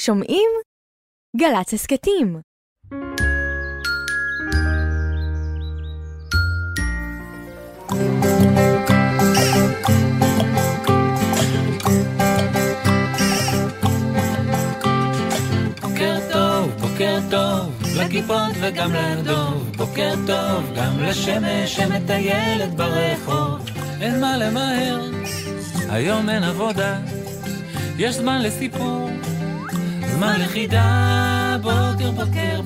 שומעים? גל"צ הסכתים. בוקר טוב, לכיפות וגם לדוב. בוקר טוב, גם לשמש שמטיילת ברחוב. אין מה למהר, היום אין עבודה, יש זמן לסיפור, זמן לחידה. בוקר טוב,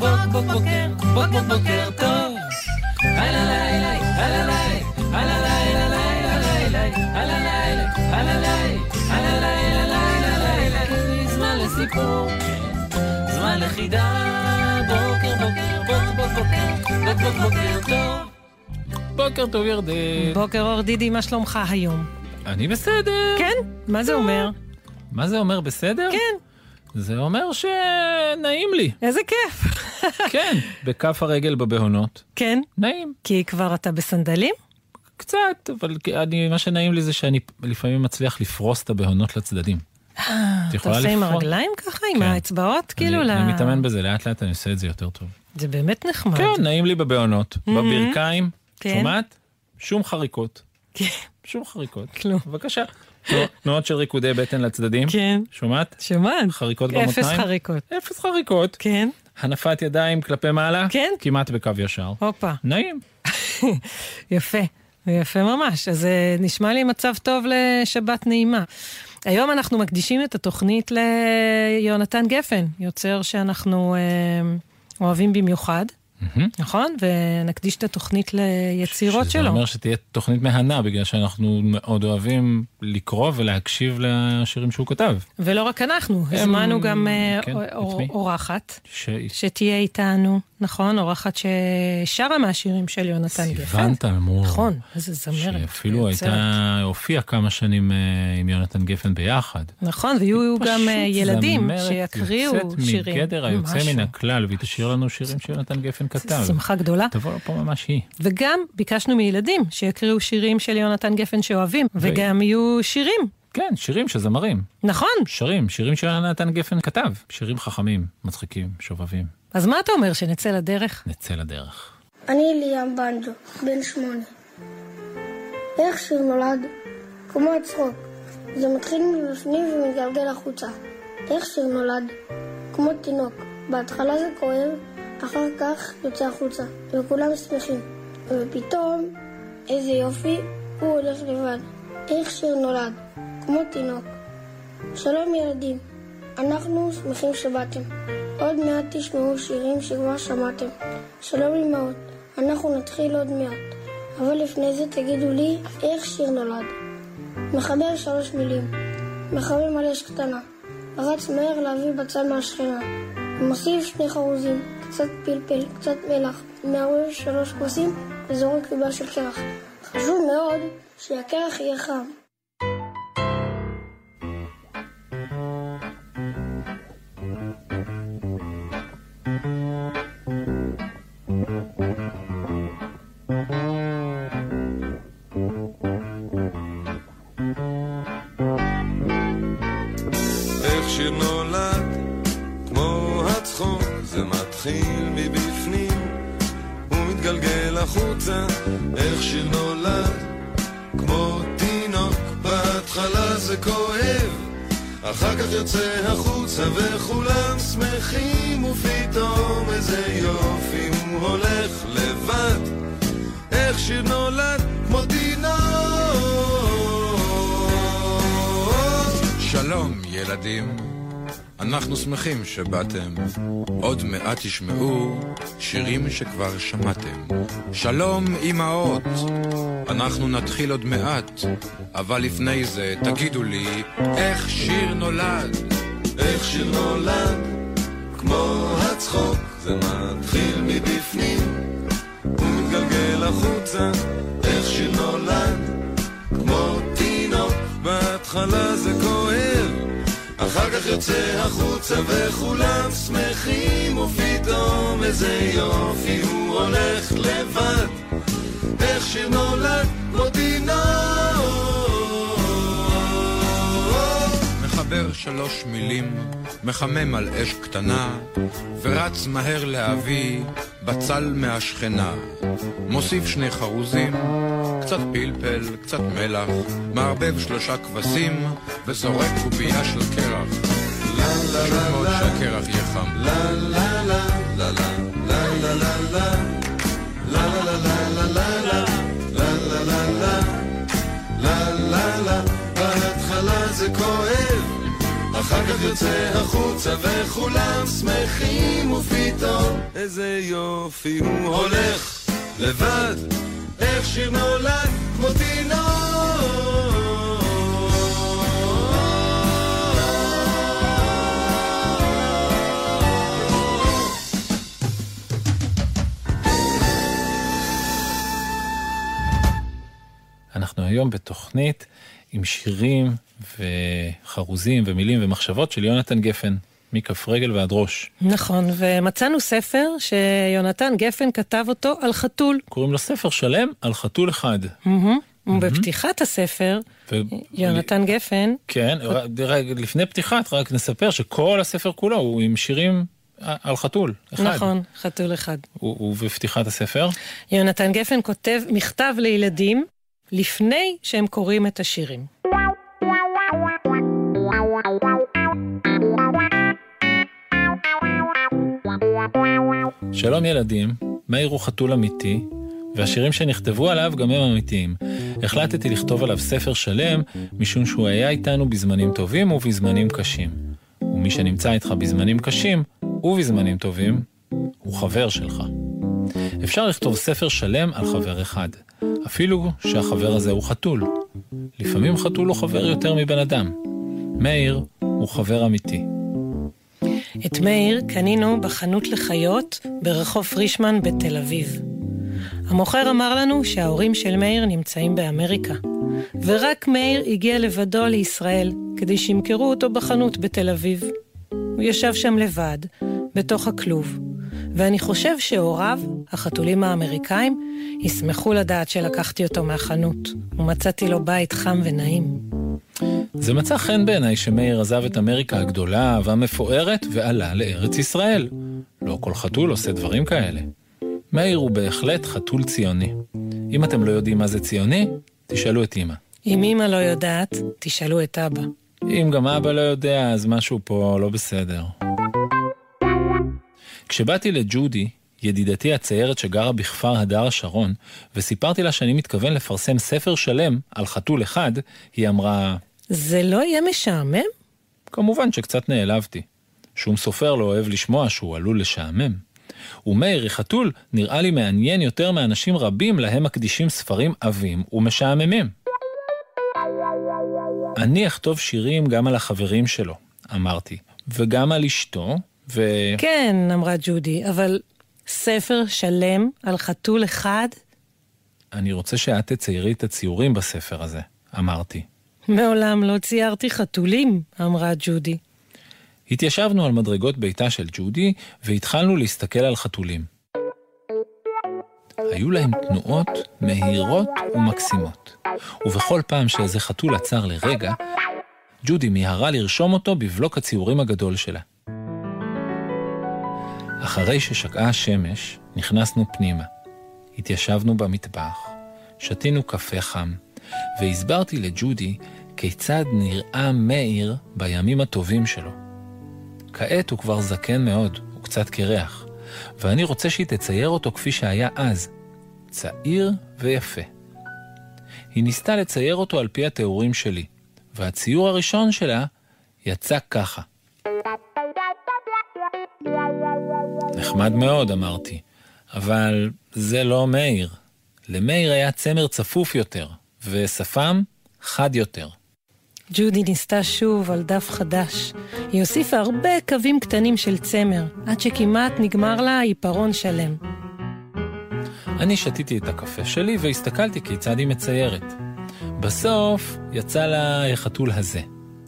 זמן לסיפור, זמן לחידה. בוקר טוב. בוקר טוב ירדן. בוקר אור דידי, מה שלומך היום? אני בסדר. כן? מה זה אומר? מה זה אומר בסדר? כן. זה אומר שנעים לי. איזה כיף. כן, בכף הרגל בבהונות. כן? נעים. כי כבר אתה בסנדלים? קצת, אבל מה שנעים לי זה שאני לפעמים מצליח לפרוס את הבהונות לצדדים. אתה עושה עם הרגליים ככה? עם האצבעות? כאילו אני מתאמן בזה, לאט לאט אני עושה את זה יותר טוב. זה באמת נחמד. כן, נעים לי בבהונות. בברכיים, כן. שומעת? שום חריקות. כן. שום חריקות. כלום. בבקשה. תנועות של ריקודי בטן לצדדים. כן. שומעת? שומעת. חריקות במותניים? אפס חריקות. אפס חריקות. כן. הנפת ידיים כלפי מעלה? כן. כמעט בקו ישר. הופה. נעים. יפה. יפה ממש. אז נשמע לי מצב טוב לשבת נעימה. היום אנחנו מקדישים את התוכנית ליונתן גפן, יוצר שאנחנו אוהבים במיוחד. נכון? ונקדיש את התוכנית ליצירות שלו. שזה אומר שתהיה תוכנית מהנה, בגלל שאנחנו מאוד אוהבים לקרוא ולהקשיב לשירים שהוא כתב. ולא רק אנחנו, הזמנו גם אורחת, שתהיה איתנו, נכון? אורחת ששרה מהשירים של יונתן גפן. סיוון תמור. נכון, איזה זמרת. שאפילו הופיעה כמה שנים עם יונתן גפן ביחד. נכון, ויהיו גם ילדים שיקריאו שירים. מגדר היוצא מן הכלל, והיא תשאיר לנו שירים שיונתן גפן כתב. שמחה גדולה. תבוא לפה ממש היא. וגם ביקשנו מילדים שיקריאו שירים של יונתן גפן שאוהבים, וגם יהיו שירים. כן, שירים שזמרים. נכון. שירים שיונתן גפן כתב. שירים חכמים, מצחיקים, שובבים. אז מה אתה אומר, שנצא לדרך? נצא לדרך. אני ליאם בנג'ו, בן 8. איך שיר נולד? כמו הצחוק. זה מתחיל מבפנים ומתגלגל החוצה. איך שיר נולד? כמו תינוק. בהתחלה זה כואב, אחר כך יוצא החוצה, וכולם שמחים. ופתאום, איזה יופי, הוא הולך לבד. איך שיר נולד? כמו תינוק. שלום ילדים, אנחנו שמחים שבאתם. עוד מעט תשמעו שירים שכבר שמעתם. שלום אמהות, אנחנו נתחיל עוד מעט. אבל לפני זה תגידו לי איך שיר נולד. מחבר 3 מילים. מחבר מלא קטנה. רץ מהר להביא בצל מהשכנה. מוסיף 2 חרוזים, קצת פלפל, קצת מלח, מערבב 3 כוסים וזורק ריבה של קרח. חשוב מאוד שהקרח יהיה חם. איך שיר נולד כמו הצחוק, זה מתחיל מבפנים ומתגלגל החוצה. איך שיר נולד כמו תינוק, בהתחלה זה כואב, אחר כך יוצא החוצה וכולם שמחים, ופתאום איזה יופי הוא הולך לבד. איך שיר נולד כמו תינוק. שלום ילדים, אנחנו שמחים שבאתם. עוד מעט תשמעו שירים שכבר שמעתם. שלום אמהות, אנחנו נתחיל עוד מעט, אבל לפני זה תגידו לי איך שיר נולד. איך שיר נולד כמו הצחוק, זה מתחיל מבפנים ומתגלגל החוצה. איך שיר נולד כמו תינוק, בהתחלה זה כואב, אחר כך יוצא החוצה וכולם שמחים, ופתאום איזה יופי הוא הולך לבד. איך שיר נולד כמו תינוק. מחבר 3 מילים, מחמם על אש קטנה, ורץ מהר להביא בצל מהשכנה. מוסיף 2 חרוזים, קצת פלפל, קצת מלח, מערבב 3 כבשים, וזורק קובייה של קרח. חשוב מאוד שהקרח יהיה חם. לה לה לה לה לה לה לה לה לה לה לה לה לה לה לה לה. בהתחלה זה כואב, אחר כך יוצא החוצה וכולם שמחים, ופתאום איזה יופי הוא הולך לבד, איך שיר נולד כמו תינוק. אנחנו היום בתוכנית עם שירים וחרוזים ומילים ומחשבות של יונתן גפן, מכף רגל ועד ראש. נכון, ומצאנו ספר שיונתן גפן כתב אותו על חתול. קוראים לו ספר שלם על חתול אחד. ובפתיחת הספר, יונתן גפן... כן, לפני פתיחת רק נספר שכל הספר כולו הוא עם שירים על חתול אחד. נכון, חתול אחד. ובפתיחת הספר? יונתן גפן כותב מכתב לילדים לפני שהם קוראים את השירים. שלום ילדים, מאיר הוא חתול אמיתי, והשירים שנכתבו עליו גם הם אמיתיים. החלטתי לכתוב עליו ספר שלם, משום שהוא היה איתנו בזמנים טובים ובזמנים קשים. ומי שנמצא איתך בזמנים קשים ובזמנים טובים, הוא חבר שלך. אפשר לכתוב ספר שלם על חבר אחד, אפילו שהחבר הזה הוא חתול. לפעמים חתול הוא חבר יותר מבן אדם. מאיר הוא חבר אמיתי. את מאיר קנינו בחנות לחיות ברחוב פרישמן בתל אביב. המוכר אמר לנו שההורים של מאיר נמצאים באמריקה, ורק מאיר הגיע לבדו לישראל כדי שימכרו אותו בחנות בתל אביב. הוא ישב שם לבד, בתוך הכלוב, ואני חושב שהוריו, החתולים האמריקאים, ישמחו לדעת שלקחתי אותו מהחנות, ומצאתי לו בית חם ונעים. זה מצא חן בעיניי שמאיר עזב את אמריקה הגדולה והמפוארת ועלה לארץ ישראל. לא כל חתול עושה דברים כאלה. מאיר הוא בהחלט חתול ציוני. אם אתם לא יודעים מה זה ציוני, תשאלו את אמא. אם אמא לא יודעת, תשאלו את אבא. אם גם אבא לא יודע, אז משהו פה לא בסדר. כשבאתי לג'ודי, ידידתי הציירת שגרה בכפר הדר השרון, וסיפרתי לה שאני מתכוון לפרסם ספר שלם על חתול אחד, היא אמרה... זה לא יהיה משעמם? כמובן שקצת נעלבתי. שום סופר לא אוהב לשמוע שהוא עלול לשעמם. ומאיר חתול נראה לי מעניין יותר מאנשים רבים להם מקדישים ספרים עבים ומשעממים. אני אכתוב שירים גם על החברים שלו, אמרתי, וגם על אשתו, כן, אמרה ג'ודי, אבל ספר שלם על חתול אחד? אני רוצה שאת תציירי את הציורים בספר הזה, אמרתי. מעולם לא ציירתי חתולים, אמרה ג'ודי. התיישבנו על מדרגות ביתה של ג'ודי, והתחלנו להסתכל על חתולים. היו להם תנועות מהירות ומקסימות. ובכל פעם שאיזה חתול עצר לרגע, ג'ודי מיהרה לרשום אותו בבלוק הציורים הגדול שלה. אחרי ששקעה השמש, נכנסנו פנימה. התיישבנו במטבח, שתינו קפה חם, והסברתי לג'ודי כיצד נראה מאיר בימים הטובים שלו. כעת הוא כבר זקן מאוד, הוא קצת קרח, ואני רוצה שהיא תצייר אותו כפי שהיה אז, צעיר ויפה. היא ניסתה לצייר אותו על פי התיאורים שלי, והציור הראשון שלה יצא ככה. נחמד מאוד, אמרתי, אבל זה לא מאיר. למאיר היה צמר צפוף יותר, ושפם חד יותר. ג'ודי ניסתה שוב על דף חדש. היא הוסיפה הרבה קווים קטנים של צמר, עד שכמעט נגמר לה עיפרון שלם. אני שתיתי את הקפה שלי והסתכלתי כיצד היא מציירת. בסוף יצא לה החתול הזה.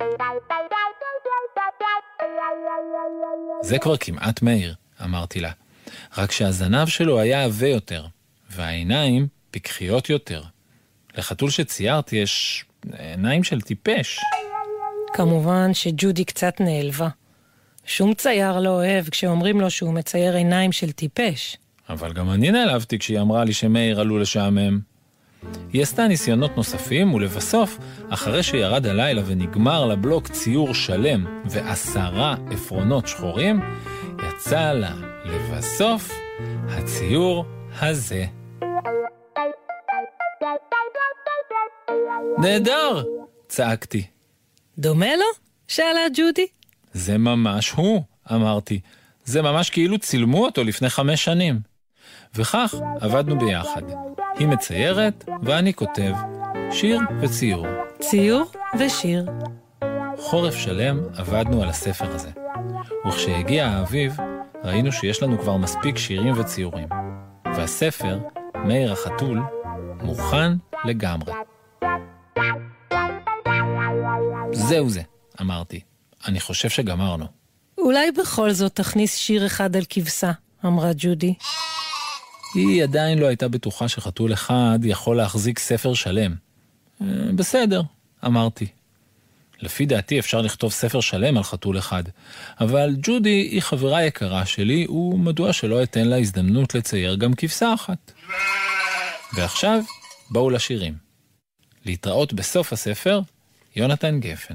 זה כבר כמעט מאיר, אמרתי לה. רק שהזנב שלו היה עבה יותר, והעיניים פיקחיות יותר. לחתול שציירתי יש עיניים של טיפש. כמובן שג'ודי קצת נעלבה. שום צייר לא אוהב כשאומרים לו שהוא מצייר עיניים של טיפש. אבל גם אני נעלבתי כשהיא אמרה לי שמאיר עלול לשעמם. היא עשתה ניסיונות נוספים, ולבסוף, אחרי שירד הלילה ונגמר לבלוק ציור שלם ו10 עפרונות שחורים, יצא לה לבסוף הציור הזה. נהדר! צעקתי. דומה לו? שאלה ג'ודי. זה ממש הוא, אמרתי. זה ממש כאילו צילמו אותו לפני 5 שנים. וכך עבדנו ביחד. היא מציירת ואני כותב. שיר וציור. ציור ושיר. חורף שלם עבדנו על הספר הזה. וכשהגיע האביב, ראינו שיש לנו כבר מספיק שירים וציורים. והספר, מאיר החתול, מוכן לגמרי. זהו זה, אמרתי. אני חושב שגמרנו. אולי בכל זאת תכניס שיר אחד על כבשה, אמרה ג'ודי. היא עדיין לא הייתה בטוחה שחתול אחד יכול להחזיק ספר שלם. בסדר, אמרתי. לפי דעתי אפשר לכתוב ספר שלם על חתול אחד, אבל ג'ודי היא חברה יקרה שלי, ומדוע שלא אתן לה הזדמנות לצייר גם כבשה אחת. ועכשיו בואו לשירים. להתראות בסוף הספר, יונתן גפן.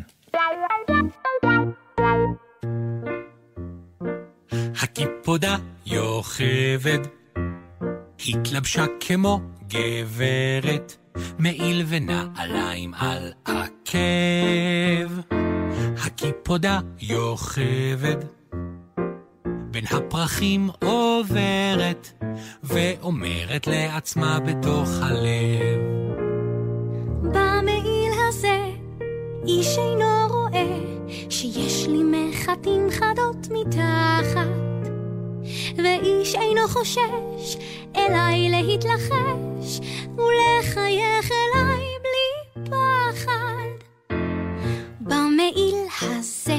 הקיפודה יוכבד התלבשה כמו גברת, מעיל ונעליים על עקב. הקיפודה יוכבד בין הפרחים עוברת, ואומרת לעצמה בתוך הלב, במעיל הזה איש אינו רואה שיש לי מחטים חדות מתחת, ואיש אינו חושש אליי להתלחש ולחייך אליי בלי פחד. במעיל הזה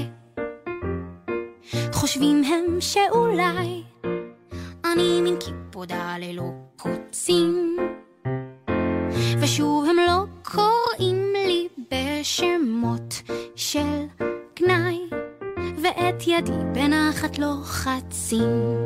חושבים הם שאולי אני מין קיפודה ללא קוצים, ושוב הם לא קוראים לי בשמות של גנאי, ואת ידי בנחת לוחצים.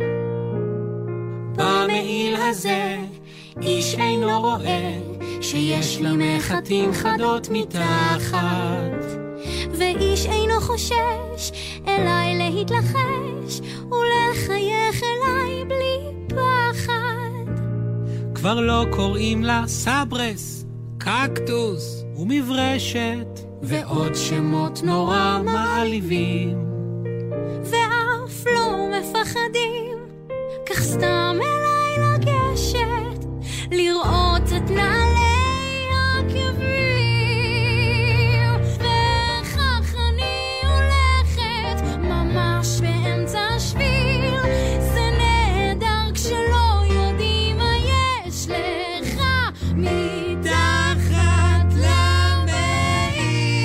במעיל הזה איש אינו רואה שיש לי מחטים חדות מתחת, ואיש אינו חושש אליי להתלחש ולחייך אליי בלי פחד. כבר לא קוראים לה סברס, קקטוס ומברשת, ועוד שמות נורא מעליבים, ואף לא מפחדים כך סתם אליי לגשת לראות את נעלי עקבים. וכך אני הולכת ממש באמצע השביל, זה נהדר כשלא יודעים מה יש לך מתחת למעיל.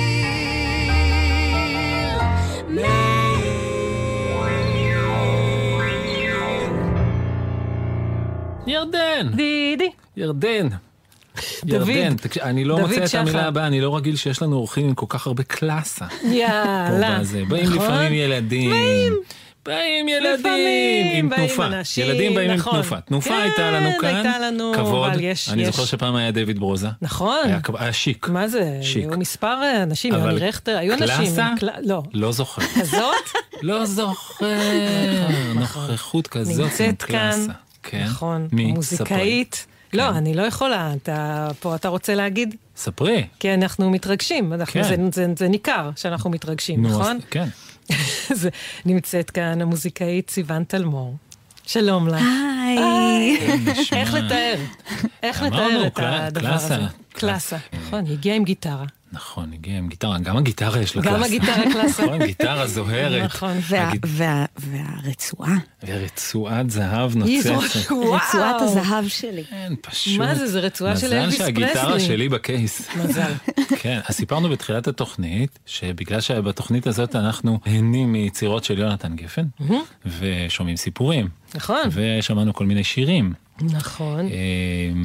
ירדן! דידי. ירדן. ירדן. אני לא מוצא את המילה הבאה, אני לא רגיל שיש לנו אורחים עם כל כך הרבה קלאסה. יאללה. באים לפעמים ילדים. באים ילדים עם תנופה. ילדים באים עם תנופה. תנופה הייתה לנו כאן. כבוד. אני זוכר שפעם היה דיוויד ברוזה. נכון. היה שיק. מה זה? היו מספר אנשים, יוני רכטר, היו אנשים. קלאסה? לא. לא זוכר. כזאת? לא זוכר. נוכחות כזאת עם קלאסה. נכון. מוזיקאית. לא, אני לא יכולה. אתה רוצה להגיד? ספרי. כי אנחנו מתרגשים. זה ניכר שאנחנו מתרגשים, נכון? כן. נמצאת כאן המוזיקאית סיוון תלמור. שלום לה. היי. איך לתאר? איך לתאר את הדבר הזה? קלאסה. נכון, הגיעה עם גיטרה. נכון, הגיעה עם גיטרה. גם הגיטרה יש לה קלאסה. גם הגיטרה קלאסה. נכון, גיטרה זוהרת. נכון. והרצועה. ורצועת זהב נוצצת. רצועת הזהב שלי. כן, פשוט. מה זה? זה רצועה של אלוויס פרסלי. מזל שהגיטרה שלי בקייס. מזל. כן, אז סיפרנו בתחילת התוכנית, שבגלל שבתוכנית הזאת אנחנו נהנים מיצירות של יונתן גפן, ושומעים סיפורים. נכון. ושמענו כל מיני שירים. נכון.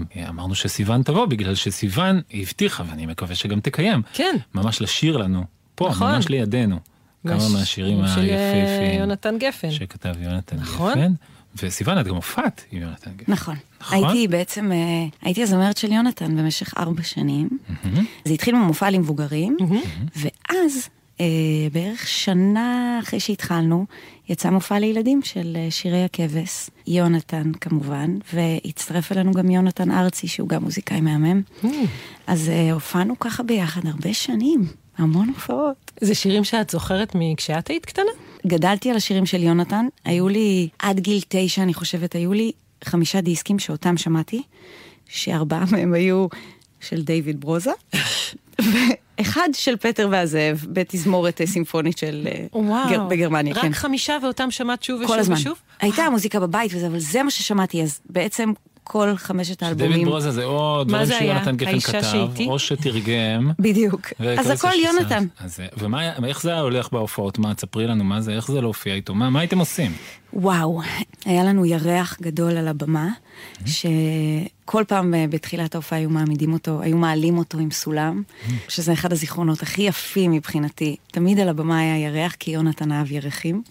אמרנו שסיוון תבוא, בגלל שסיוון הבטיחה, ואני מקווה שגם תקיים. כן. ממש לשיר לנו פה, ממש לידינו. כמה מהשירים היפהפיים. יונתן גפן. שכתב יונתן גפן. וסיוון, את גם הופעת עם יונתן גפן. נכון. הייתי הזמרת של יונתן במשך 4 שנים. זה התחיל ממופע למבוגרים, ואז בערך שנה אחרי שהתחלנו, יצא מופע לילדים של שירי הכבש, יונתן כמובן, והצטרף אלינו גם יונתן ארצי, שהוא גם מוזיקאי מהמם. אז הופענו ככה ביחד 4 שנים, המון הופעות. זה שירים שאת זוכרת כשאת היית קטנה? גדלתי על השירים של יונתן, היו לי, עד גיל 9 אני חושבת, היו לי 5 דיסקים שאותם שמעתי, ש4 מהם היו של דיוויד ברוזה, ואחד של פטר והזאב, בתזמורת סימפונית של בגרמניה. רק 5 ואותם שמעת שוב ושוב הזמן. ושוב? הייתה מוזיקה בבית וזה, אבל זה מה ששמעתי, אז בעצם כל 5 האלבומים... שדיוויד ברוזה זה או דברים שיונתן גפן כתב, או שתרגם. בדיוק. אז הכל יונתן. ואיך זה הולך בהופעות? מה, תספרי לנו מה זה, איך זה להופיע איתו? מה הייתם עושים? וואו, היה לנו ירח גדול על הבמה, שכל פעם בתחילת ההופעה היו מעלים אותו עם סולם, שזה אחד הזיכרונות הכי יפים מבחינתי. תמיד על הבמה היה ירח, כי יונתן אהב ירחים.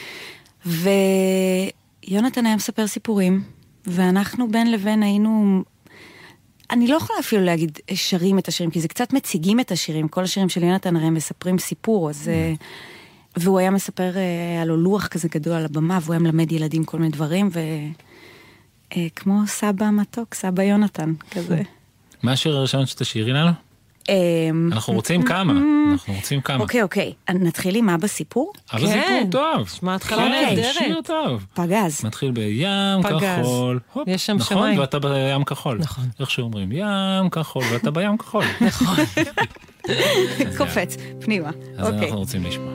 ויונתן היה מספר סיפורים, ואנחנו בין לבין היינו... אני לא יכולה אפילו להגיד שרים את השירים, כי זה קצת מציגים את השירים. כל השירים של יונתן הרי מספרים סיפור, אז... והוא היה מספר, היה לו לוח כזה גדול על הבמה, והוא היה מלמד ילדים כל מיני דברים, כמו סבא מתוק, סבא יונתן, כזה. מה השיר הראשון שתשאירי לנו? אנחנו רוצים כמה. אוקיי. נתחיל עם אבא סיפור? אבא סיפור טוב. שמע התחלה נהדרת. שיר טוב. פגז. מתחיל בים כחול. יש שם נכון, שמיים. ואתה בים כחול. נכון. איך שאומרים, ים כחול, ואתה בים כחול. נכון. קופץ, פנימה. אז אנחנו רוצים לשמוע.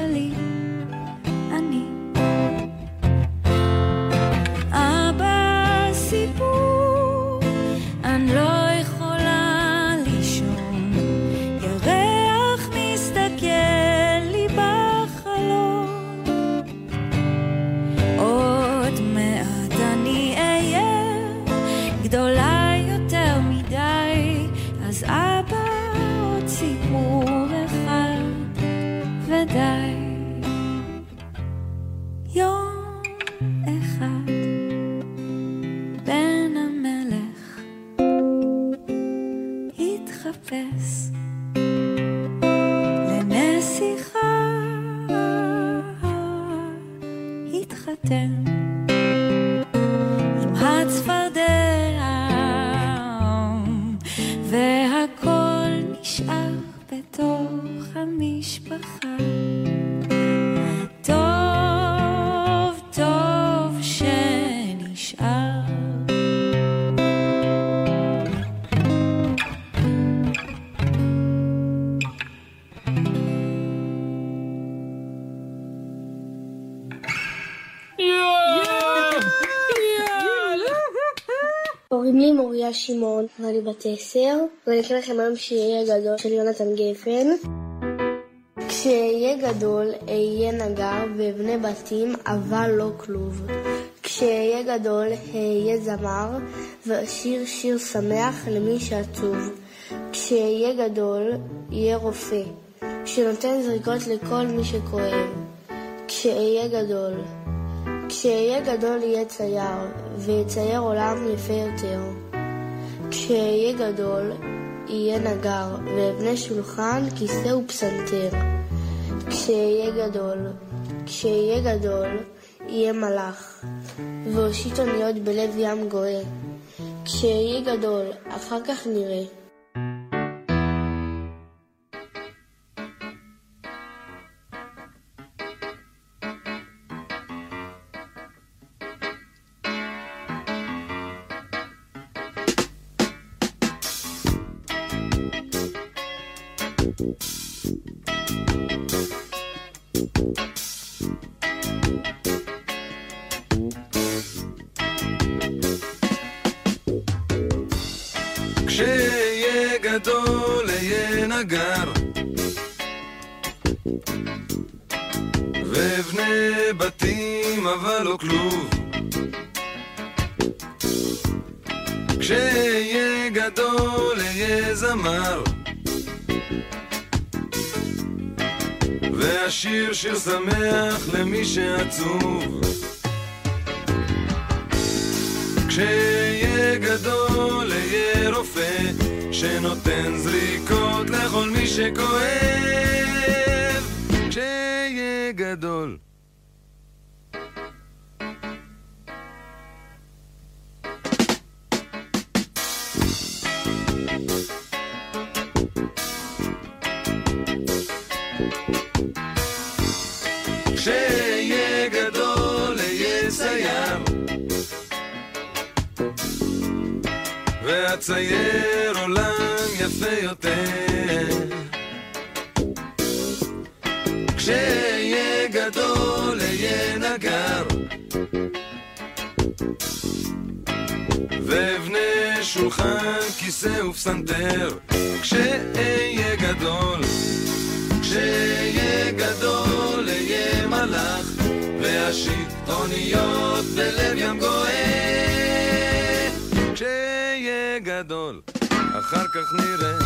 אבא קוראים לי מוריה שמעון, ואני בת 10, ואני אקרא לכם היום שיהיה גדול של יונתן גפן. כשיהיה גדול, אהיה נגר ואבנה בתים, אבל לא כלוב. כשיהיה גדול, אהיה זמר, ואשיר שיר שמח למי שעצוב. כשיהיה גדול, יהיה רופא, שנותן זריקות לכל מי שכואב. כשיהיה גדול. כשיהיה גדול יהיה צייר, ויצייר עולם יפה יותר. כשיהיה גדול, יהיה נגר, ואבנה שולחן, כיסא ופסנתר. כשיהיה גדול, יהיה מלאך, והושיט אוניות בלב ים גואה. כשיהיה גדול, אחר כך נראה. כשיהיה גדול יהיה נגר ואבנה בתים אבל לא כלוב. כשיהיה גדול יהיה זמר והשיר שיר שמח למי שעצוב. כשיהיה גדול יהיה רופא שנותן זריקות לכל מי שכואב. כשיהיה גדול כשיהיה גדול יהיה צייר והצייר עולם יפה יותר. כשיהיה גדול יהיה נגר ואבנה שולחן כיסא ופסנתר. כשיהיה גדול יהיה מלאך והשיט אוניות בלב ים גואה. כשיהיה גדול אחר כך נראה.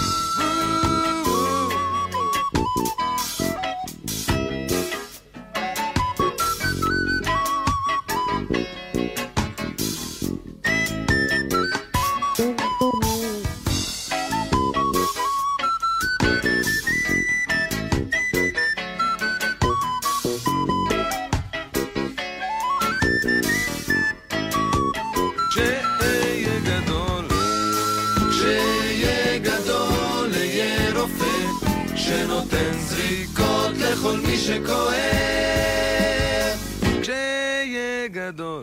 שנותן זריקות לכל מי שכואב. כשיהיה גדול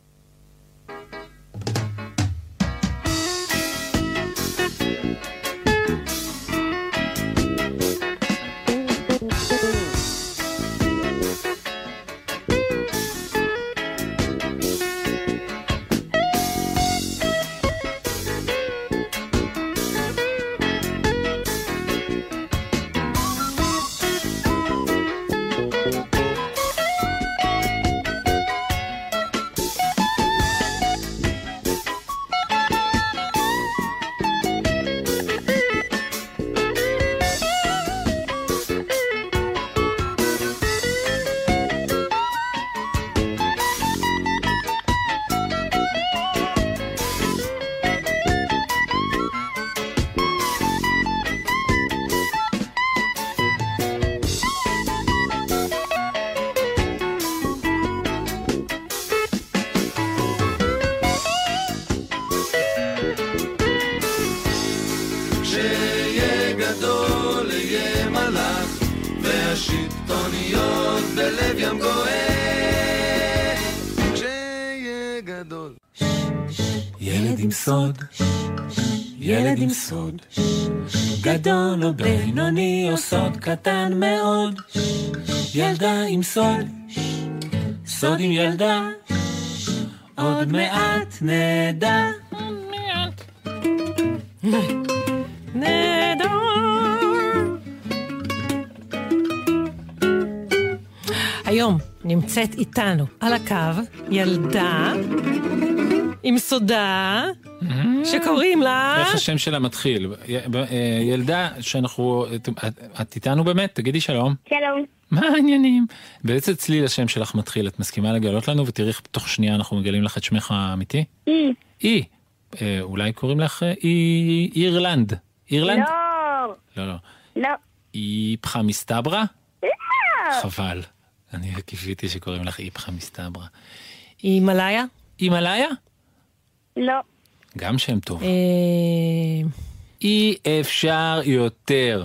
והשלטוניות בלב ים גואה. כשיהיה גדול ילד עם סוד, ילד עם סוד, גדול או בינוני או סוד קטן מאוד. ילדה עם סוד, סוד עם ילדה, עוד מעט נדע. נהדר. היום נמצאת איתנו על הקו ילדה עם סודה שקוראים לה... איך השם שלה מתחיל? ילדה שאנחנו... את איתנו באמת? תגידי שלום. שלום. מה העניינים? באיזה צליל השם שלך מתחיל? את מסכימה לגלות לנו ותראי איך תוך שנייה אנחנו מגלים לך את שמך האמיתי? אי. אולי קוראים לך אירלנד. אירלנד? לא. לא. לא. איפכה מסתברא? לא. חבל. אני קיוויתי שקוראים לך איפכה מסתברא. הימלאיה? הימלאיה? לא. גם שם טוב. אי אפשר יותר.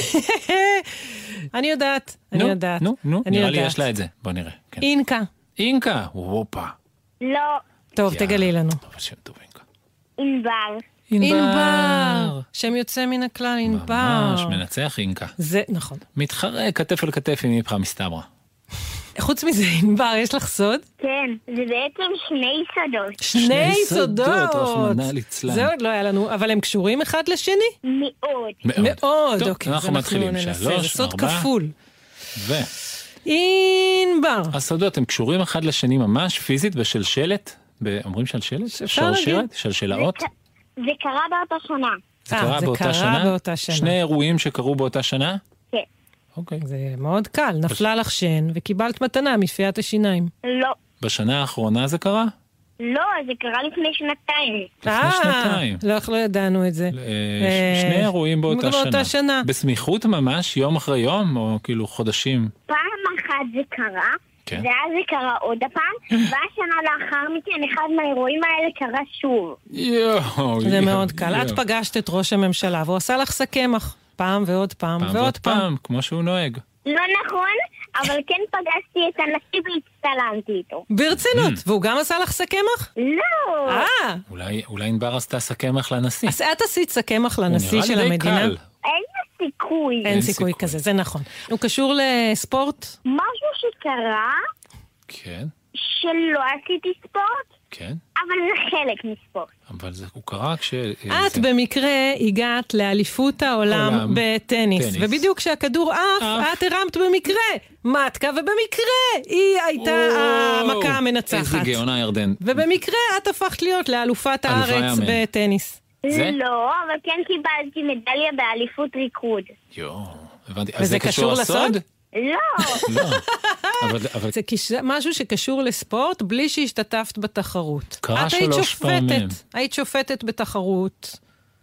אני יודעת. נו, נראה לי יש לה את זה. בוא נראה. אינקה. אינקה, וופה. לא. טוב, תגלי לנו. אבל שם טוב, אינקה. ענבר. ענבר. שם יוצא מן הכלל, ענבר. ממש, מנצח אינקה. זה, נכון. מתחרה כתף אל כתף עם איפכה מסתברא. חוץ מזה, ענבר, יש לך סוד? כן, זה בעצם שני סודות. שני סודות. רחמנא ליצלן. זה עוד לא היה לנו, אבל הם קשורים אחד לשני? מאוד. מאוד, טוב, אוקיי. אנחנו מתחילים. 3, 4. זה סוד כפול. ו... ענבר. הסודות הם קשורים אחד לשני ממש, פיזית, בשלשלת? אומרים שלשלת? שרשרת? שלשלאות? זה קרה באותה שנה. זה קרה באותה שנה? שני אירועים שקרו באותה שנה? כן. אוקיי. זה מאוד קל. נפלה לך שן וקיבלת מתנה מפיית השיניים. לא. בשנה האחרונה זה קרה? לא, זה קרה לפני שנתיים. לפני שנתיים. לא ידענו את זה. שני אירועים באותה שנה. בסמיכות ממש, יום אחרי יום, או כאילו חודשים? פעם אחת זה קרה, ואז זה קרה עוד הפעם, והשנה לאחר מכן אחד מהאירועים האלה קרה שוב. זה מאוד קל. את פגשת את ראש הממשלה, והוא עשה לך סכמח. פעם ועוד פעם ועוד פעם. כמו שהוא נוהג. לא נכון, אבל כן פגשתי את הנשיא והצטלמתי איתו. ברצינות, והוא גם עשה לך סכמח? לא. אולי ענבר עשתה סכמח לנשיא. אז את עשית סכמח לנשיא של המדינה? אין סיכוי. אין סיכוי כזה, זה נכון. הוא קשור לספורט? משהו שקרה, כן. שלא עשיתי ספורט, כן. אבל זה חלק מספורט. אבל הוא קרה את במקרה הגעת לאליפות העולם בטניס, ובדיוק כשהכדור עף, את הרמת במקרה מתקה, ובמקרה היא הייתה המכה המנצחת. איזה גאונה ירדן. ובמקרה את הפכת להיות לאלופת הארץ בטניס. לא, אבל כן קיבלתי מדליה באליפות ריקוד. הבנתי. אז זה קשור לסוד? לא. זה משהו שקשור לספורט בלי שהשתתפת בתחרות. קרה 3 פעמים. היית שופטת בתחרות.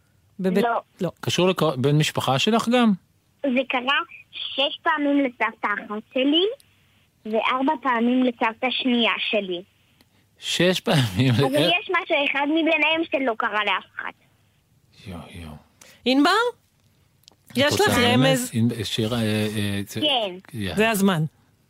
לא. קשור לבן משפחה שלך גם? זה קרה 6 פעמים לסבתא אחת שלי, ו4 פעמים לסבתא שנייה שלי. 6 פעמים? אבל יש משהו אחד מביניהם שלא קרה לאף אחד. ענבר? יש לך רמז? כן. זה הזמן.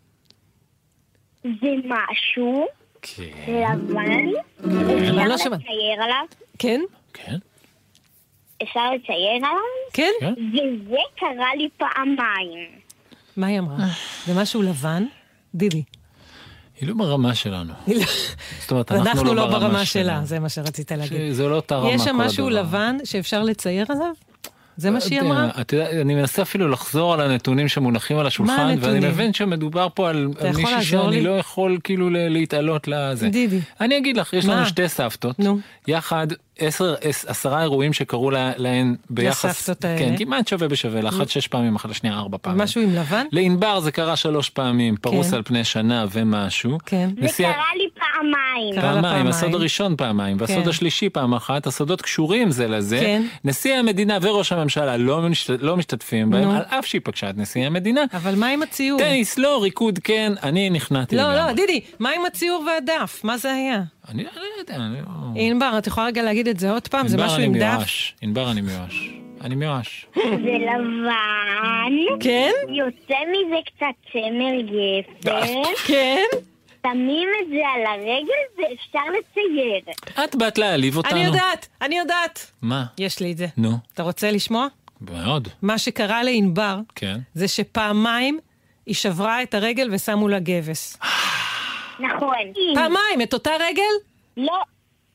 זה משהו לבן, אפשר לצייר עליו. כן? כן. אפשר לצייר עליו? כן. וזה קרה לי פעמיים. מה היא אמרה? זה משהו לבן? דידי. היא לא ברמה שלנו. זאת אומרת, אנחנו לא ברמה שלה, זה מה שרצית להגיד. זה לא אותה רמה. יש שם משהו לבן שאפשר לצייר עליו? זה מה שהיא אמרה? אני מנסה אפילו לחזור על הנתונים שמונחים על השולחן, ואני מבין שמדובר פה על מישהו שאני לא יכול כאילו להתעלות לזה. דידי. אני אגיד לך, יש לנו 2 סבתות, יחד 10 אירועים שקראו להן ביחס, לסבתות האלה. כן, כמעט שווה בשווה, לאחת 6 פעמים, אחת לשנייה 4 פעמים. משהו עם לבן? לענבר זה קרה 3 פעמים, פרוס על פני שנה ומשהו. כן. זה קרה לי פעמיים. הסוד הראשון פעמיים, והסוד השלישי פעם אחת, הסודות קשורים זה לזה. נשיא המדינה וראש הממשלה לא משתתפים בהם, על אף שהיא פגשה את נשיא המדינה. אבל מה עם הציור? טניס לא, ריקוד כן, אני נכנעתי לגמרי. לא, דידי, מה עם הציור והדף? מה זה היה? אני לא יודע, ענבר, את יכולה רגע להגיד את זה עוד פעם? זה משהו עם דף? ענבר, אני מיואש. זה לבן. כן? יוצא מזה קצת צמר גפן. כן? שמים את זה על הרגל ואפשר לצייר. את באת להעליב אותנו. אני יודעת. מה? יש לי את זה. נו. אתה רוצה לשמוע? מאוד. מה שקרה לענבר, כן. זה שפעמיים היא שברה את הרגל ושמו לה גבס. נכון. פעמיים, את אותה רגל? לא.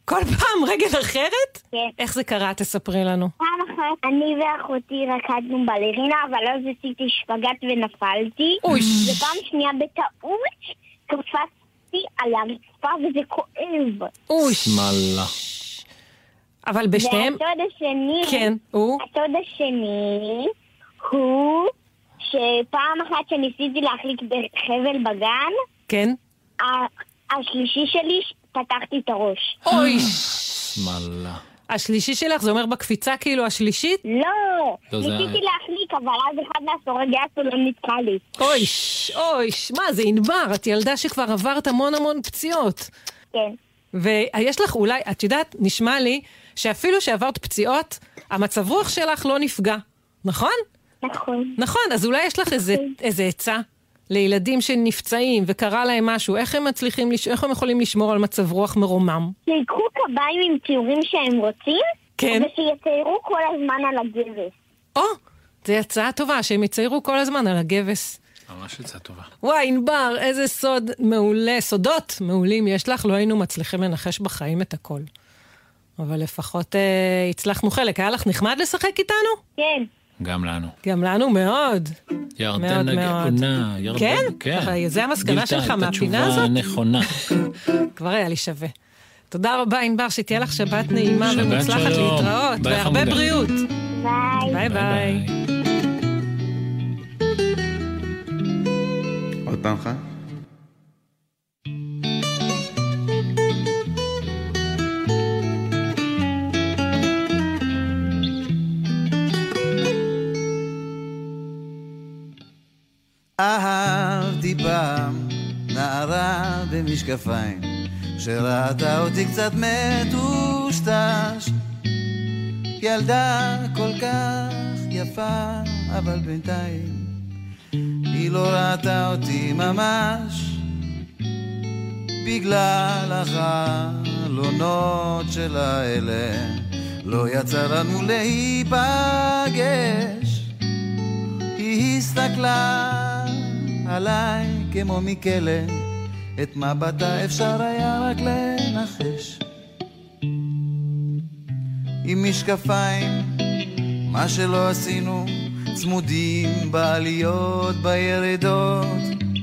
כל פעם רגל אחרת? כן. איך זה קרה? תספרי לנו. פעם אחת אני ואחותי רקדנו בלרינה, אבל אז עשיתי שפגט ונפלתי. ופעם שנייה בטעות קפצתי על הרצפה וזה כואב. שמאללה. אבל בשתיהם... והסוד השני... כן, הוא? הסוד השני הוא שפעם אחת שניסיתי להחליק בחבל בגן, כן. השלישי שלי פתחתי את הראש. אוי! שמאללה. השלישי שלך, זה אומר בקפיצה כאילו השלישית? לא, לא, זה- ניסיתי להחליק, אבל אז אחד מהסורגי לא נתקע לי. אוי, מה זה ענבר? את ילדה שכבר עברת המון פציעות. כן. ויש לך אולי, את יודעת, נשמע לי שאפילו שעברת פציעות, המצב רוח שלך לא נפגע, נכון? נכון. נכון, אז אולי יש לך איזה עצה לילדים שנפצעים וקרה להם משהו, איך הם מצליחים, איך הם יכולים לשמור על מצב רוח מרומם? שיקחו קביים עם ציורים שהם רוצים, כן. ושיציירו כל הזמן על הגבס. זו הצעה טובה, שהם יציירו כל הזמן על הגבס. ממש עצה טובה. וואי, ענבר, איזה סוד מעולה, סודות מעולים יש לך, לא היינו מצליחים לנחש בחיים את הכל. אבל לפחות הצלחנו חלק. היה לך נחמד לשחק איתנו? כן. גם לנו. גם לנו מאוד. ירדן הגאונה. כן? זה המסקנה שלך מהפינה הזאת? גילתה את התשובה הנכונה. כבר היה לי שווה. תודה רבה, ענבר, שתהיה לך שבת נעימה שבת ומוצלחת שלום. להתראות. ביי, והרבה חמודה. בריאות. ביי. ביי. עוד פעם אחת. אהבתי פעם נערה במשקפיים שראתה אותי קצת מטושטש, ילדה כל כך יפה, אבל בינתיים היא לא ראתה אותי ממש, בגלל החלונות שלה אלה לא יצא לנו להיפגש. היא הסתכלה עליי כמו מכלא, את מבטה אפשר היה רק לנחש. עם משקפיים, מה שלא עשינו, צמודים בעליות בירידות,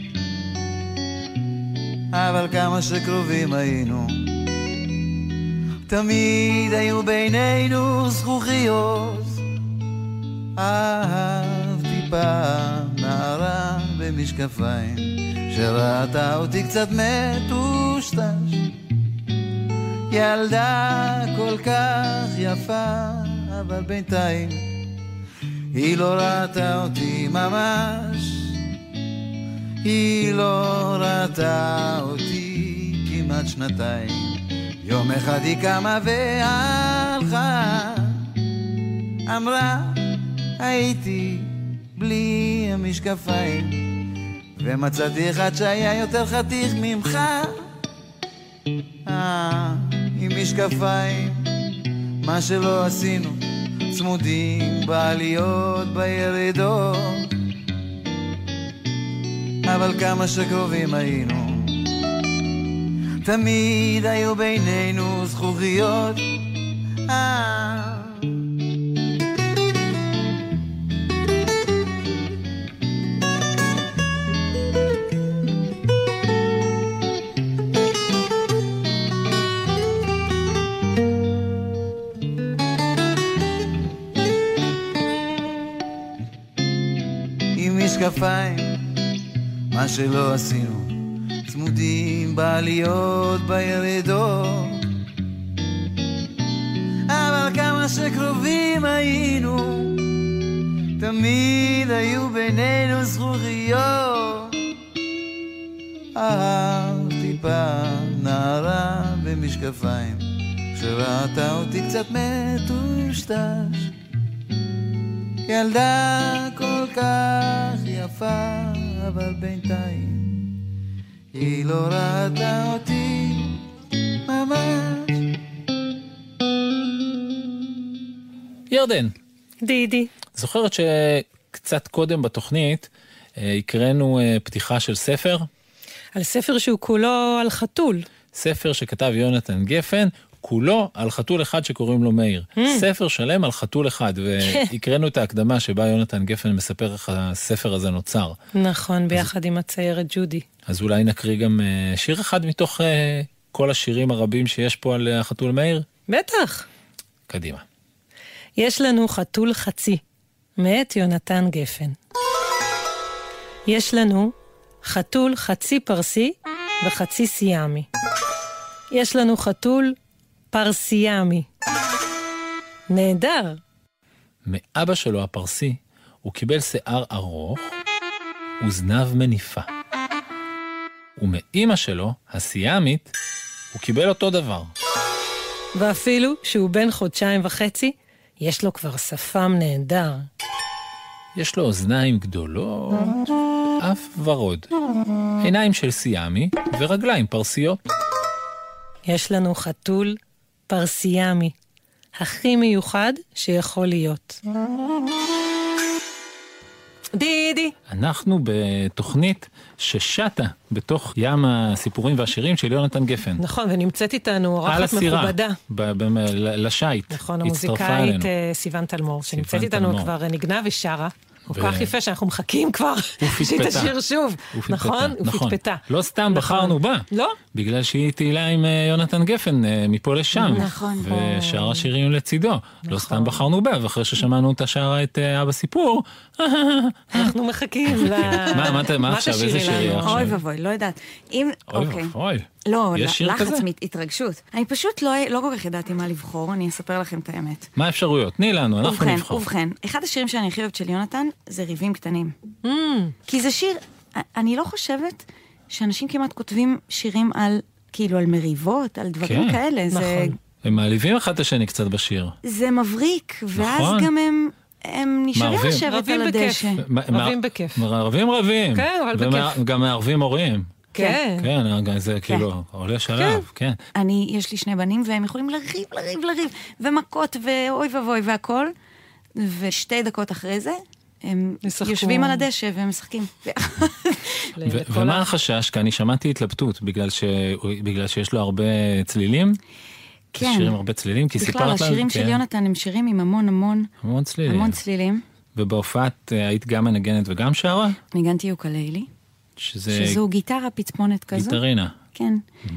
אבל כמה שקרובים היינו, תמיד היו בינינו זכוכיות. אהבתי פעם נערה במשקפיים שראתה אותי קצת מטושטש, ילדה כל כך יפה, אבל בינתיים היא לא ראתה אותי ממש, היא לא ראתה אותי כמעט שנתיים. יום אחד היא קמה והלכה, אמרה הייתי בלי המשקפיים, ומצאתי אחד שהיה יותר חתיך ממך. עם משקפיים, מה שלא עשינו, צמודים בעליות בירידות, אבל כמה שקרובים היינו, תמיד היו בינינו זכוכיות. משקפיים, מה שלא עשינו, צמודים בעליות בירידות, אבל כמה שקרובים היינו, תמיד היו בינינו זכוכיות. אהבתי פעם נערה במשקפיים שראתה אותי קצת מטושטש, ילדה כל כך יפה, אבל בינתיים היא לא ראתה אותי ממש. ירדן. דידי. זוכרת שקצת קודם בתוכנית הקראנו פתיחה של ספר? על ספר שהוא כולו על חתול. ספר שכתב יונתן גפן, כולו על חתול אחד שקוראים לו מאיר. ספר שלם על חתול אחד, והקראנו את ההקדמה שבה יונתן גפן מספר איך הספר הזה נוצר. נכון, ביחד עם הציירת ג'ודי. אז אולי נקריא גם שיר אחד מתוך כל השירים הרבים שיש פה על החתול מאיר? בטח. קדימה. יש לנו חתול חצי, מאת יונתן גפן. יש לנו חתול חצי פרסי וחצי סיאמי. יש לנו חתול פרסיאמי. נהדר. מאבא שלו הפרסי הוא קיבל שיער ארוך וזנב מניפה. ומאמא שלו, הסיאמית, הוא קיבל אותו דבר. ואפילו שהוא בן 1.5 חודשים, יש לו כבר שפם נהדר. יש לו אוזניים גדולות, אף ורוד. עיניים של סיאמי ורגליים פרסיות. יש לנו חתול פרסיאמי, הכי מיוחד שיכול להיות. דידי. אנחנו בתוכנית ששטה בתוך ים הסיפורים והשירים של יונתן גפן. נכון, ונמצאת איתנו אורחת מכובדה. לשייט. נכון, המוזיקאית סיוון תלמור, שנמצאת איתנו כבר נגנה ושרה. כל כך יפה שאנחנו מחכים כבר שהיא תשיר שוב. נכון? ופתפתה. לא סתם בחרנו בה. לא? בגלל שהיא תהילה עם יונתן גפן מפה לשם. נכון. ושרה שירים לצידו. לא סתם בחרנו בה, ואחרי ששמענו את השרה את אבא סיפור, אנחנו מחכים מה עכשיו? איזה שירי עכשיו? אוי ובוי, לא יודעת. אוי ובוי. לא, לחץ מהתרגשות. אני פשוט לא כל כך ידעתי מה לבחור, אני אספר לכם את האמת. מה האפשרויות? תני לנו, אנחנו נבחור. ובכן, אחד השירים שאני הכי אוהבת של יונתן זה ריבים קטנים. כי זה שיר, אני לא חושבת שאנשים כמעט כותבים שירים על, כאילו, על מריבות, על דברים כאלה. נכון. הם מעליבים אחד את השני קצת בשיר. זה מבריק, ואז גם הם נשארים לשבת על הדשא. רבים בכיף. רבים. כן, אבל בכיף. וגם מערבים הורים. כן. כן, זה כאילו עולה שלב, כן. יש לי 2 בנים והם יכולים לריב, ומכות ואוי ובוי והכל, ו2 דקות אחרי זה, הם יושבים על הדשא והם משחקים. ומה החשש? כי אני שמעתי התלבטות, בגלל שיש לו הרבה צלילים. כן. שירים הרבה צלילים, כי סיפרת להם. בכלל, השירים של יונתן הם שירים עם המון צלילים. ובהופעת היית גם מנגנת וגם שרה? ניגנתי יוקללי. שזו גיטרה פצפונת כזו. גיטרינה. כן.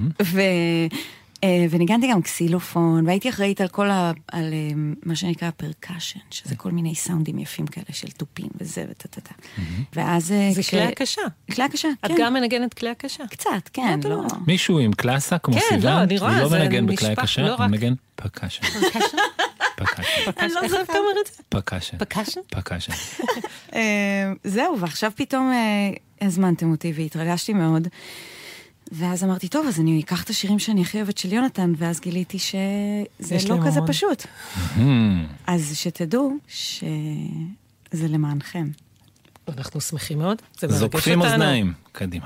וניגנתי גם קסילופון, והייתי אחראית על כל על מה שנקרא פרקשן, שזה כל מיני סאונדים יפים כאלה של טופים וזה וטטטה. ואז... זה כלי הקשה. כלי הקשה, כן. את גם מנגנת כלי הקשה? קצת, כן, לא. מישהו עם קלאסה כמו סיוון? כן, לא, אני רואה, הוא לא מנגן בכלי הקשה, הוא מנגן פרקשן. אני לא זוכרת את זה. פרקשן. זהו, ועכשיו פתאום הזמנתם אותי והתרגשתי מאוד. ואז אמרתי, טוב, אז אני אקח את השירים שאני הכי אוהבת של יונתן, ואז גיליתי שזה לא כזה פשוט. אז שתדעו שזה למענכם. אנחנו שמחים מאוד. זוקפים אוזניים. קדימה.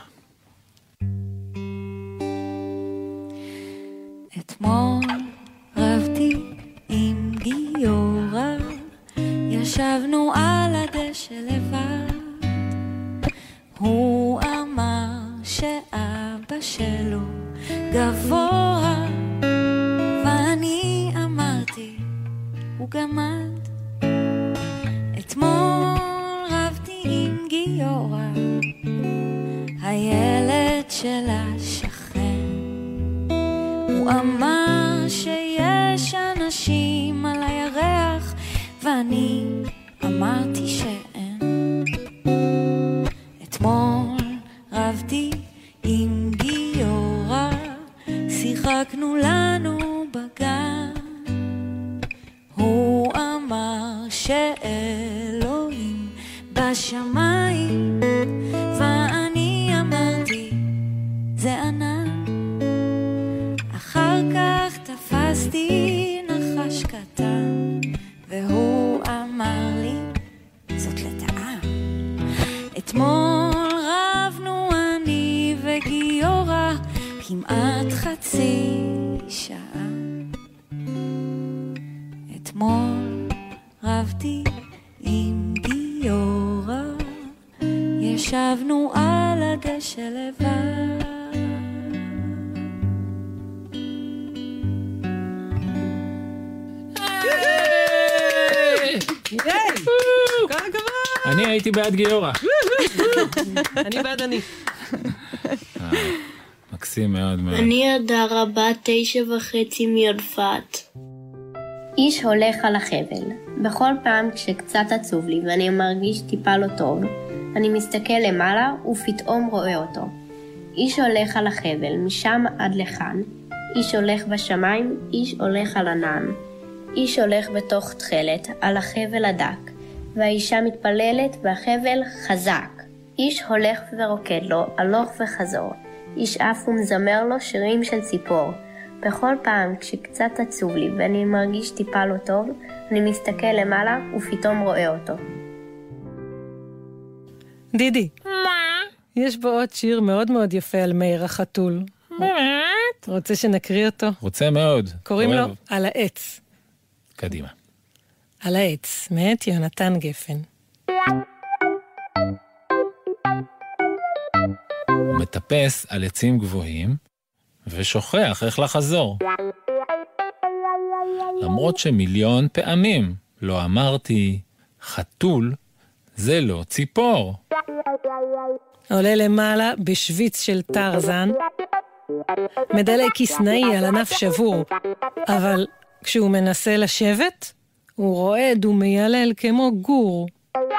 אתמול רבתי עם גיורא, ישבנו על הדשא לבד, הוא אמר שאבא שלו גבוה, ואני אמרתי הוא גמד. אתמול רבתי עם גיורא, הילד של השכן, הוא אמר שיש אנשים על הירח, ואני אמרתי שאין. אתמול רבתי עם גיורא, שיחקנו לנו בגן, הוא אמר שאלוהים בשמיים, ואני אמרתי זה ענן. אחר כך תפסתי נחש קטן, והוא אמר לי זאת לטעה. אתמול רבנו אני וגיורא כמעט חצי שעה. אתמול רבתי עם גיורא, ישבנו על הדשא לבד. כל הכבוד. אני הייתי בעד גיורא. אני בעד אני. מקסים מאוד מאוד. אני הדרה בת 9.5 מיודפת. איש הולך על החבל. בכל פעם כשקצת עצוב לי ואני מרגיש טיפה לא טוב, אני מסתכל למעלה ופתאום רואה אותו. איש הולך על החבל, משם עד לכאן. איש הולך בשמיים, איש הולך על ענן. איש הולך בתוך תחלת, על החבל הדק, והאישה מתפללת והחבל חזק. איש הולך ורוקד לו, הלוך וחזור. איש אף ומזמר לו שירים של ציפור. בכל פעם כשקצת עצוב לי ואני מרגיש טיפה לא טוב, אני מסתכל למעלה ופתאום רואה אותו. דידי. מה? יש בו עוד שיר מאוד מאוד יפה על מאיר החתול. באמת? רוצה שנקריא אותו? רוצה מאוד. קוראים לו על העץ. קדימה. על העץ, מאת יונתן גפן. הוא מטפס על עצים גבוהים ושוכח איך לחזור. למרות שמיליון פעמים לא אמרתי, חתול זה לא ציפור. עולה למעלה בשוויץ של טרזן, מדלק כסנאי על ענף שבור, אבל כשהוא מנסה לשבת, הוא רועד ומיילל כמו גור.